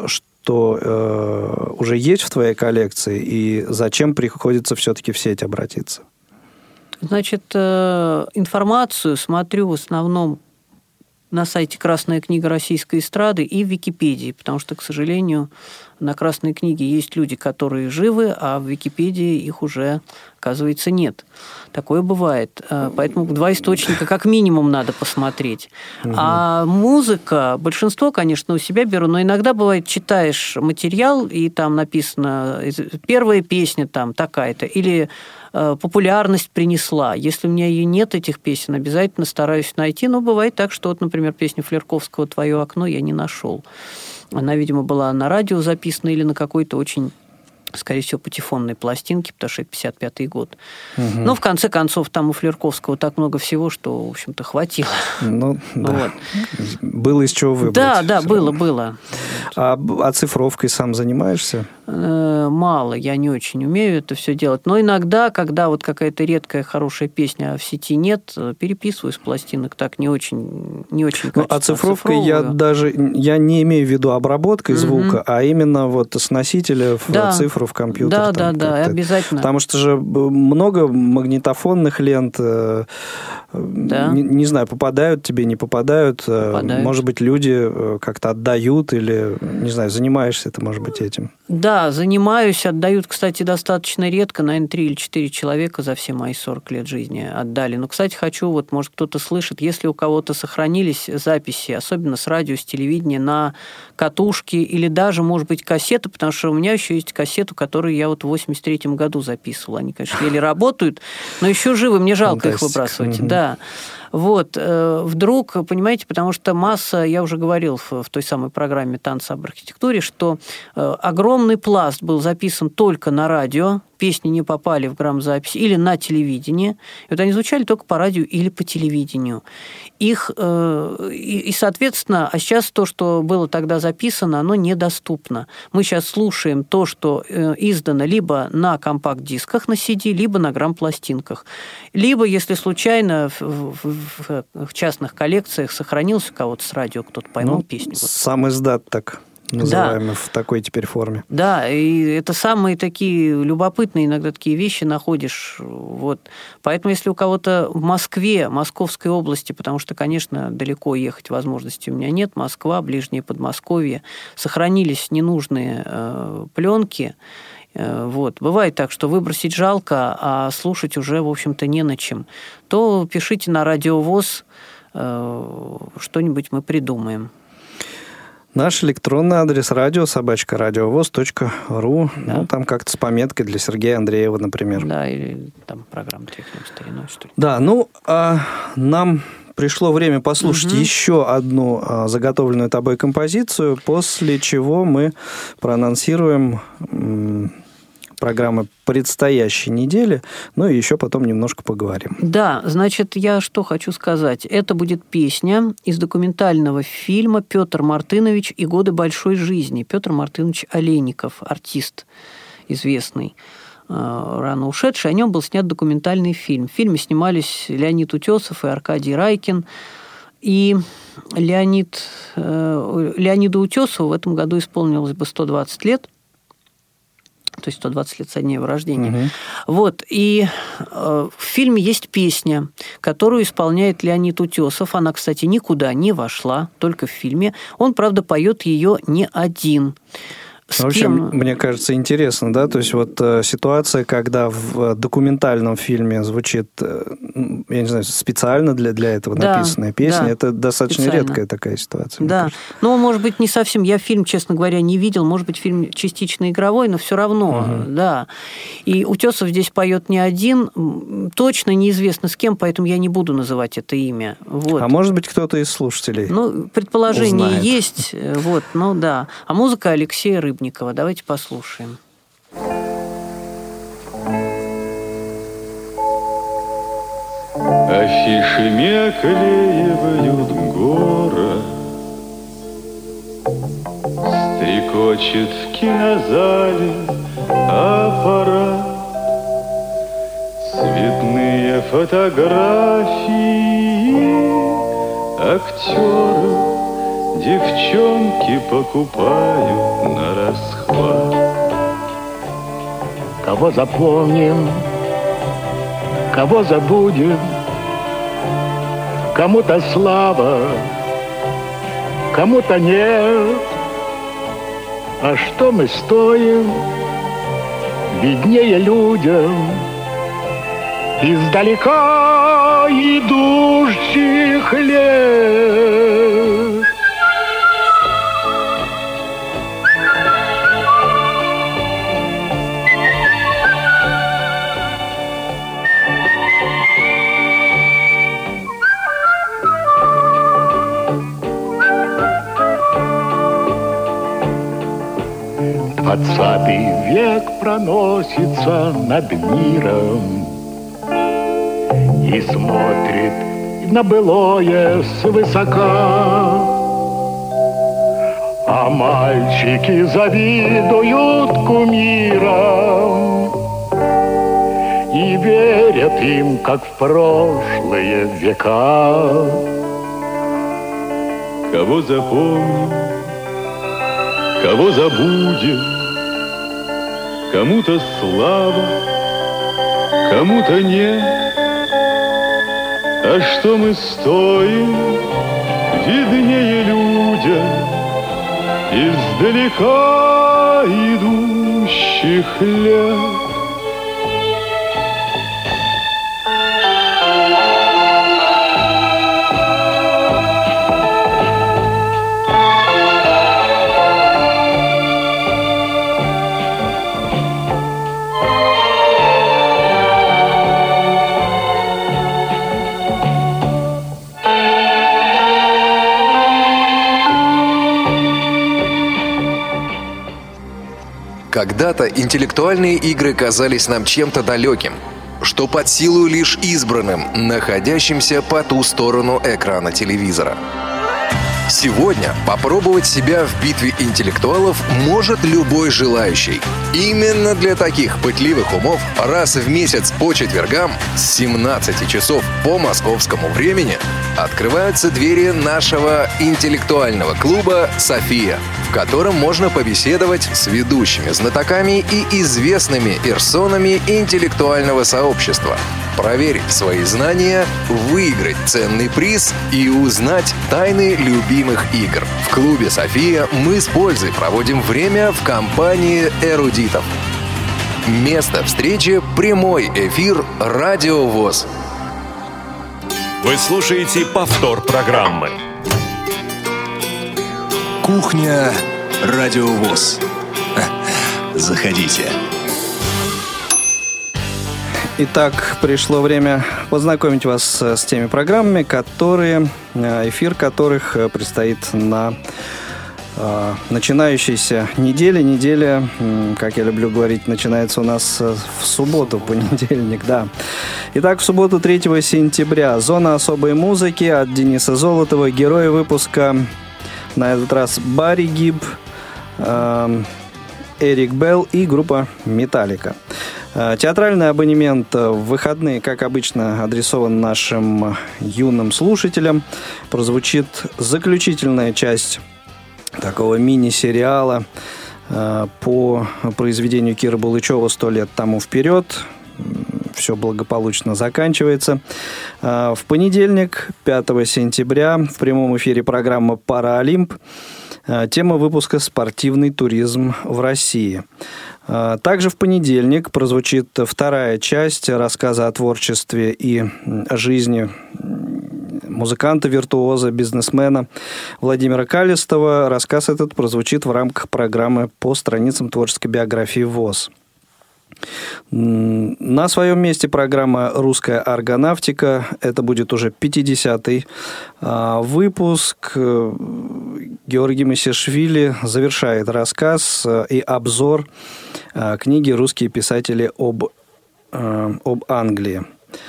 что уже есть в твоей коллекции, и зачем приходится все-таки в сеть обратиться? Значит, информацию смотрю в основном на сайте «Красная книга российской эстрады» и в Википедии, потому что, к сожалению, на «Красной книге» есть люди, которые живы, а в Википедии их уже, оказывается, нет. Такое бывает. Поэтому 2 источника как минимум надо посмотреть. А музыка, большинство, конечно, у себя беру, но иногда бывает, читаешь материал, и там написано «первая песня там такая-то», или популярность принесла. Если у меня ее нет, этих песен, обязательно стараюсь найти. Но бывает так, что, вот, например, песню Флерковского «Твое окно» я не нашел. Она, видимо, была на радио записана или на какой-то очень, скорее всего, патефонной пластинке, потому что это 55-й год. Но, в конце концов, там у Флерковского так много всего, что, в общем-то, хватило. Да. Вот. Было из чего выбрать. Да, было. А оцифровкой сам занимаешься? Мало, я не очень умею это все делать. Но иногда, когда вот какая-то редкая хорошая песня в сети нет, переписываю с пластинок, так не очень качественно. Оцифровкой я не имею в виду обработкой звука, а именно вот с носителя в цифру, в компьютер. Да, обязательно. Потому что же много магнитофонных лент, не знаю, попадают тебе, не попадают. Может быть, люди как-то отдают или, не знаю, занимаешься ты, может быть, этим. Да, занимаюсь, отдают, кстати, достаточно редко, наверное, 3 или 4 человека за все мои 40 лет жизни отдали. Но, кстати, хочу, вот, может, кто-то слышит, если у кого-то сохранились записи, особенно с радио, с телевидения, на катушке или даже, может быть, кассеты, потому что у меня еще есть кассету, которую я вот в 83-м году записывала. Они, конечно, еле работают, но еще живы, мне жалко их выбрасывать. Да. Вот, вдруг, понимаете, потому что масса, я уже говорил в той самой программе «Танцы об архитектуре», что огромный пласт был записан только на радио, песни не попали в грамзапись, или на телевидении. И вот они звучали только по радио или по телевидению. Их, и, соответственно, а сейчас то, что было тогда записано, оно недоступно. Мы сейчас слушаем то, что издано либо на компакт-дисках на CD, либо на грампластинках. Либо, если случайно в частных коллекциях сохранился у кого-то с радио, кто-то поймал песню. Сам издат так называемый, в такой теперь форме. Да, и это самые такие любопытные иногда такие вещи находишь. Вот. Поэтому, если у кого-то в Москве, Московской области, потому что, конечно, далеко ехать возможности у меня нет, Москва, ближнее Подмосковье, сохранились ненужные пленки. Вот. Бывает так, что выбросить жалко, а слушать уже, в общем-то, не на чем. То пишите на Радио ВОС, что-нибудь мы придумаем. Наш электронный адрес radio@radiovoz.ru. Да. Там как-то с пометкой для Сергея Андреева, например. Да, или там программа «Тряхнем стариной», что ли. Да, а нам пришло время послушать еще одну заготовленную тобой композицию, после чего мы проанонсируем программы предстоящей недели, ну и еще потом немножко поговорим. Да, значит, я что хочу сказать. Это будет песня из документального фильма «Петр Мартынович и годы большой жизни». Петр Мартынович Олейников, артист известный, рано ушедший. О нем был снят документальный фильм. В фильме снимались Леонид Утесов и Аркадий Райкин. И Леониду Утесову в этом году исполнилось бы 120 лет. То есть 120 лет со дня его рождения. Вот. И в фильме есть песня, которую исполняет Леонид Утесов. Она, кстати, никуда не вошла, только в фильме. Он, правда, поет ее не один. В общем, мне кажется, интересно, да, то есть вот ситуация, когда в документальном фильме звучит, я не знаю, специально для этого написанная песня, да, это достаточно редкая такая ситуация. Да, ну, может быть, не совсем, я фильм, честно говоря, не видел, может быть, фильм частично игровой, но все равно, да. И Утесов здесь поет не один, точно неизвестно с кем, поэтому я не буду называть это имя. Вот. А может быть, кто-то из слушателей предположение узнает. Есть, вот, ну да. А музыка Алексея Рыбникова. Давайте послушаем. Афишами оклеивают город, стрекочет в кинозале аппарат, цветные фотографии актеров девчонки покупают на расхват. Кого запомним, кого забудем, кому-то слава, кому-то нет. А что мы стоим, виднее людям издалека идущих лет. Двадцатый век проносится над миром и смотрит на былое свысока. А мальчики завидуют кумирам и верят им, как в прошлые века. Кого запомним, кого забудем, кому-то слава, кому-то нет. А что мы стоим, виднее людям издалека идущих лет. Когда-то интеллектуальные игры казались нам чем-то далеким, что под силу лишь избранным, находящимся по ту сторону экрана телевизора. Сегодня попробовать себя в битве интеллектуалов может любой желающий. Именно для таких пытливых умов раз в месяц по четвергам с 17 часов по московскому времени открываются двери нашего интеллектуального клуба «София», в котором можно побеседовать с ведущими знатоками и известными персонами интеллектуального сообщества, проверить свои знания, выиграть ценный приз и узнать тайны любимых игр. В клубе «София» мы с пользой проводим время в компании эрудитов. Место встречи – прямой эфир «Радио ВОС». Вы слушаете повтор программы. Кухня Радио ВОС. Заходите. Итак, пришло время познакомить вас с теми программами, эфир которых предстоит на начинающейся неделе. Неделя, как я люблю говорить, начинается у нас в субботу, понедельник, да. Итак, в субботу 3 сентября «Зона особой музыки» от Дениса Золотова. Герои выпуска на этот раз Барри Гиб, Эрик Белл и группа «Металлика». Театральный абонемент в выходные, как обычно, адресован нашим юным слушателям. Прозвучит заключительная часть такого мини-сериала по произведению Киры Булычева «100 лет тому вперед». Все благополучно заканчивается. В понедельник, 5 сентября, в прямом эфире программа «Паралимп». Тема выпуска «Спортивный туризм в России». Также в понедельник прозвучит вторая часть рассказа о творчестве и жизни музыканта, виртуоза, бизнесмена Владимира Калистова. Рассказ этот прозвучит в рамках программы «По страницам творческой биографии ВОС». На своем месте программа «Русская аргонавтика». Это будет уже 50-й выпуск. Георгий Масишвили завершает рассказ и обзор книги «Русские писатели об Англии».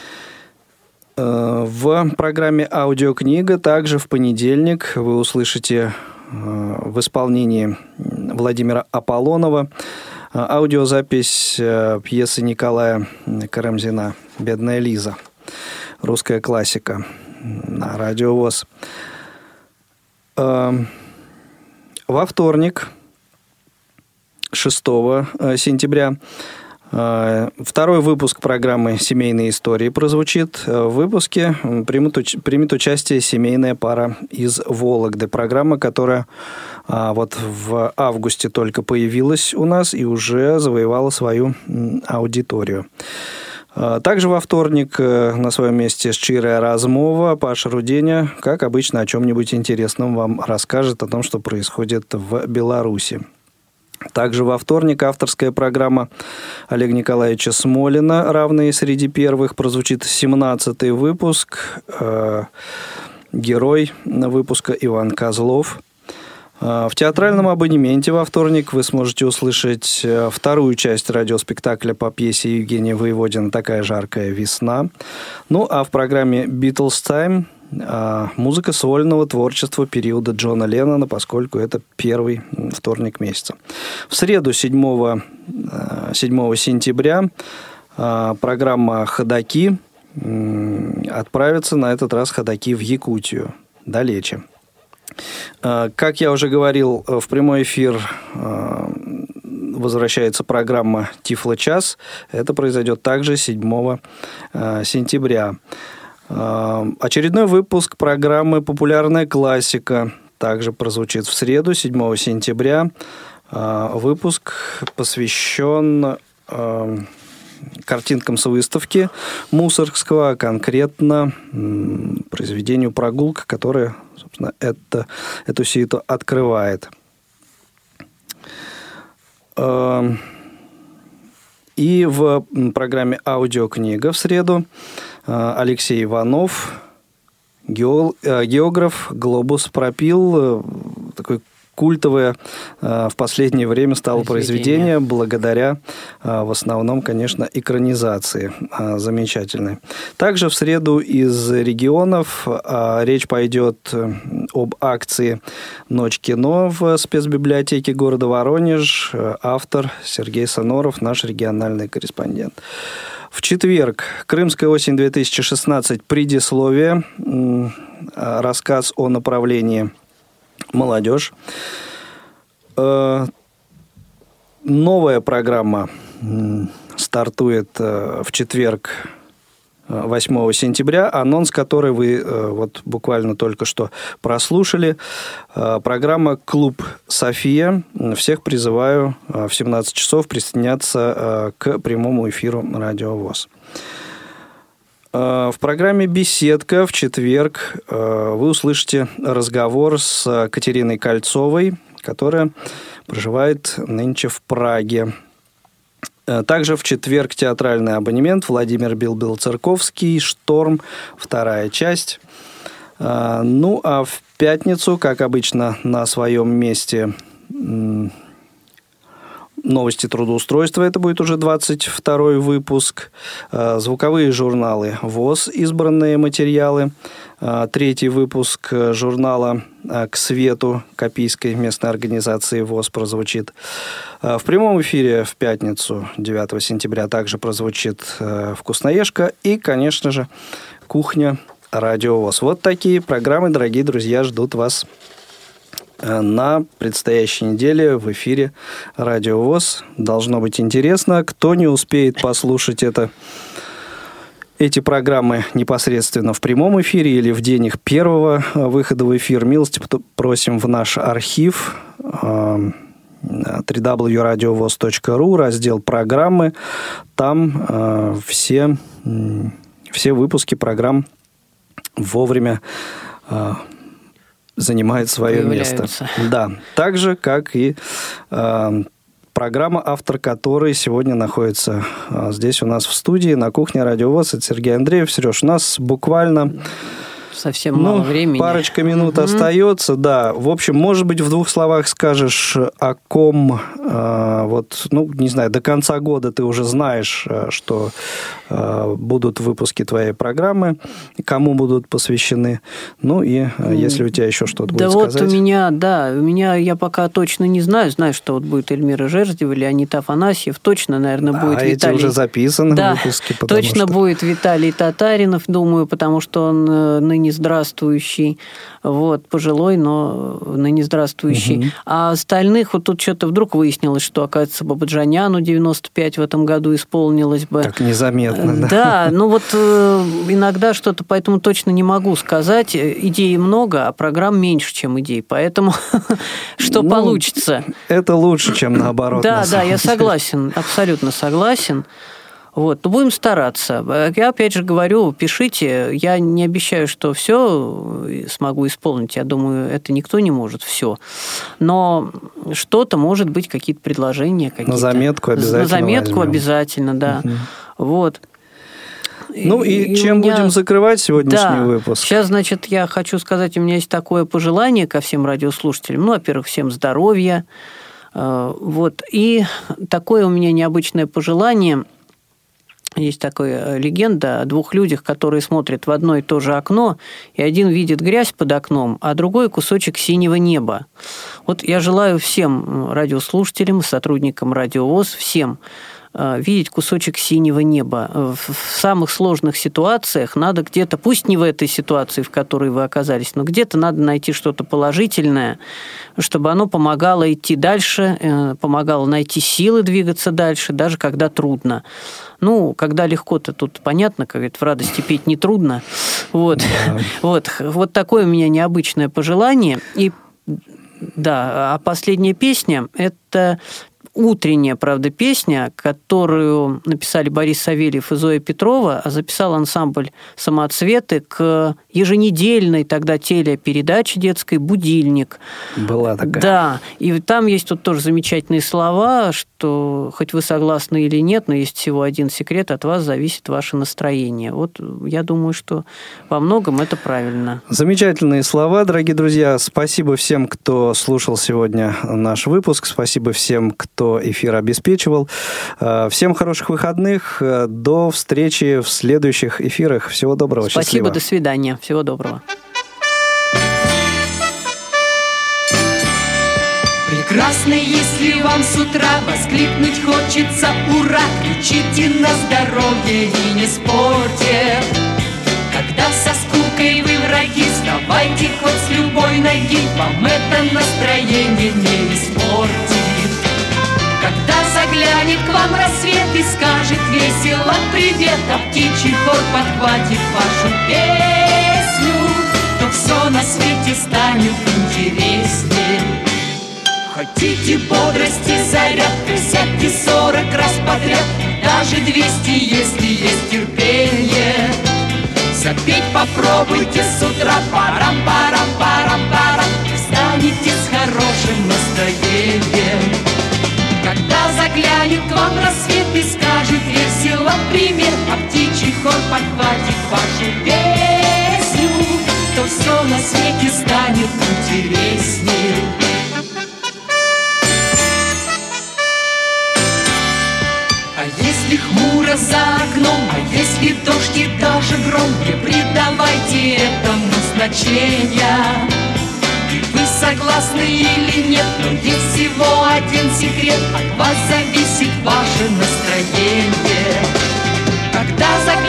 В программе «Аудиокнига» также в понедельник вы услышите в исполнении Владимира Аполлонова аудиозапись пьесы Николая Карамзина «Бедная Лиза». Русская классика на Радио ВОС. Во вторник, 6 сентября, второй выпуск программы «Семейные истории» прозвучит. В выпуске примет участие семейная пара из Вологды. Программа, которая вот в августе только появилась у нас и уже завоевала свою аудиторию. Также во вторник на своем месте «Щирая размова» Паша Руденя, как обычно, о чем-нибудь интересном вам расскажет, о том, что происходит в Беларуси. Также во вторник авторская программа Олега Николаевича Смолина «Равные среди первых» прозвучит 17-й выпуск. Герой выпуска Иван Козлов. В театральном абонементе во вторник вы сможете услышать вторую часть радиоспектакля по пьесе Евгения Воеводина «Такая жаркая весна». Ну, а в программе «Beatles Time» музыка сольного творчества периода Джона Леннона, поскольку это первый вторник месяца. В среду, 7 сентября, программа «Ходоки» отправится, на этот раз ходоки в Якутию, далече. Как я уже говорил, в прямой эфир возвращается программа «Тифло-час». Это произойдет также 7 сентября. Очередной выпуск программы «Популярная классика» также прозвучит в среду, 7 сентября. Выпуск посвящен картинкам с выставки Мусоргского, а конкретно произведению «Прогулка», которое, собственно, эту сеяту открывает. И в программе «Аудиокнига» в среду Алексей Иванов, географ, «Глобус пропил», такой культовое в последнее время стало произведение благодаря в основном, конечно, экранизации замечательной. Также в среду из регионов речь пойдет об акции «Ночь кино» в спецбиблиотеке города Воронеж. Автор Сергей Соноров, наш региональный корреспондент. В четверг «Крымская осень 2016. Предисловие». Рассказ о направлении «Молодежь». Новая программа стартует в четверг, 8 сентября, анонс которой вы вот буквально только что прослушали. Программа «Клуб София». Всех призываю в 17 часов присоединяться к прямому эфиру Радио ВОС. В программе «Беседка» в четверг вы услышите разговор с Катериной Кольцовой, которая проживает нынче в Праге. Также в четверг театральный абонемент Владимир Билбил-Церковский «Шторм», вторая часть. Ну, а в пятницу, как обычно, на своем месте новости трудоустройства. Это будет уже 22-й выпуск. Звуковые журналы ВОС, избранные материалы. Третий выпуск журнала «К свету» Копийской местной организации ВОС прозвучит. В прямом эфире в пятницу, 9 сентября, также прозвучит «Вкусноежка» и, конечно же, «Кухня Радио ВОС». Вот такие программы, дорогие друзья, ждут вас на предстоящей неделе в эфире Радио ВОС. Должно быть интересно. Кто не успеет послушать эти программы непосредственно в прямом эфире или в день их первого выхода в эфир, милости просим в наш архив www.radiovoz.ru, раздел «Программы». Там все выпуски программ вовремя занимает свое место. Да, так же, как и программа, автор которой сегодня находится здесь у нас в студии, на кухне Радио ВОС. Это Сергей Андреев. Сереж, у нас буквально совсем мало времени. Парочка минут остается, да. В общем, может быть, в двух словах скажешь, о ком, не знаю, до конца года ты уже знаешь, что будут выпуски твоей программы, кому будут посвящены. Ну и если у тебя еще что-то будет сказать. Да вот у меня, я пока точно не знаю. Знаю, что вот будет Эльмира Жердева, Леонид Афанасьев. Точно, наверное, будет Виталий. Эти уже записаны выпуски. Точно будет Виталий Татаринов, думаю, потому что он ныне здравствующий. Вот, пожилой, но ныне здравствующий. Угу. А остальных, вот тут что-то вдруг выяснилось, что, оказывается, Бабаджаняну 95 в этом году исполнилось бы. Так незаметно. Да, ну вот иногда что-то, поэтому точно не могу сказать. Идей много, а программ меньше, чем идей. Поэтому что получится. Это лучше, чем наоборот. Да, я согласен, абсолютно согласен. Вот, но будем стараться. Я опять же говорю, пишите. Я не обещаю, что все смогу исполнить. Я думаю, это никто не может все. Но что-то, может быть, какие-то предложения. На заметку обязательно. На заметку обязательно, да. Угу. Вот. Ну и чем будем закрывать сегодняшний выпуск? Сейчас, значит, я хочу сказать, у меня есть такое пожелание ко всем радиослушателям. Ну, во-первых, всем здоровья. Вот. И такое у меня необычное пожелание. Есть такая легенда о двух людях, которые смотрят в одно и то же окно, и один видит грязь под окном, а другой кусочек синего неба. Вот я желаю всем радиослушателям, сотрудникам Радио ВОС, всем видеть кусочек синего неба. В самых сложных ситуациях надо где-то, пусть не в этой ситуации, в которой вы оказались, но где-то надо найти что-то положительное, чтобы оно помогало идти дальше, помогало найти силы двигаться дальше, даже когда трудно. Ну, когда легко-то тут понятно, как говорят, в радости петь не трудно. Вот. Вот такое у меня необычное пожелание. И да, а последняя песня – это утренняя, правда, песня, которую написали Борис Савельев и Зоя Петрова, а записал ансамбль «Самоцветы» к еженедельной тогда телепередаче детской «Будильник». Была такая. Да, и там есть тут тоже замечательные слова, что хоть вы согласны или нет, но есть всего один секрет, от вас зависит ваше настроение. Вот я думаю, что во многом это правильно. Замечательные слова, дорогие друзья. Спасибо всем, кто слушал сегодня наш выпуск. Спасибо всем, кто эфир обеспечивал. Всем хороших выходных. До встречи в следующих эфирах. Всего доброго. Спасибо, счастливо. До свидания. Всего доброго. Прекрасно, если вам с утра воскликнуть хочется «Ура!» Кричите на здоровье и не спорьте. Когда со скукой вы враги, вставайте хоть с любой ноги, вам это настроение не испортит. Когда заглянет к вам рассвет и скажет весело привет, а птичий хор подхватит вашу песню, то все на свете станет интереснее. Хотите бодрости, зарядка, сядьте 40 раз подряд, даже 200, если есть терпение. Запеть попробуйте с утра, парам-парам-парам-парам, встанете с хорошим настроением. Когда заглянет к вам рассвет и и даже громче придавайте этому значения. И вы согласны или нет, но есть всего один секрет: от вас зависит ваше настроение. Когда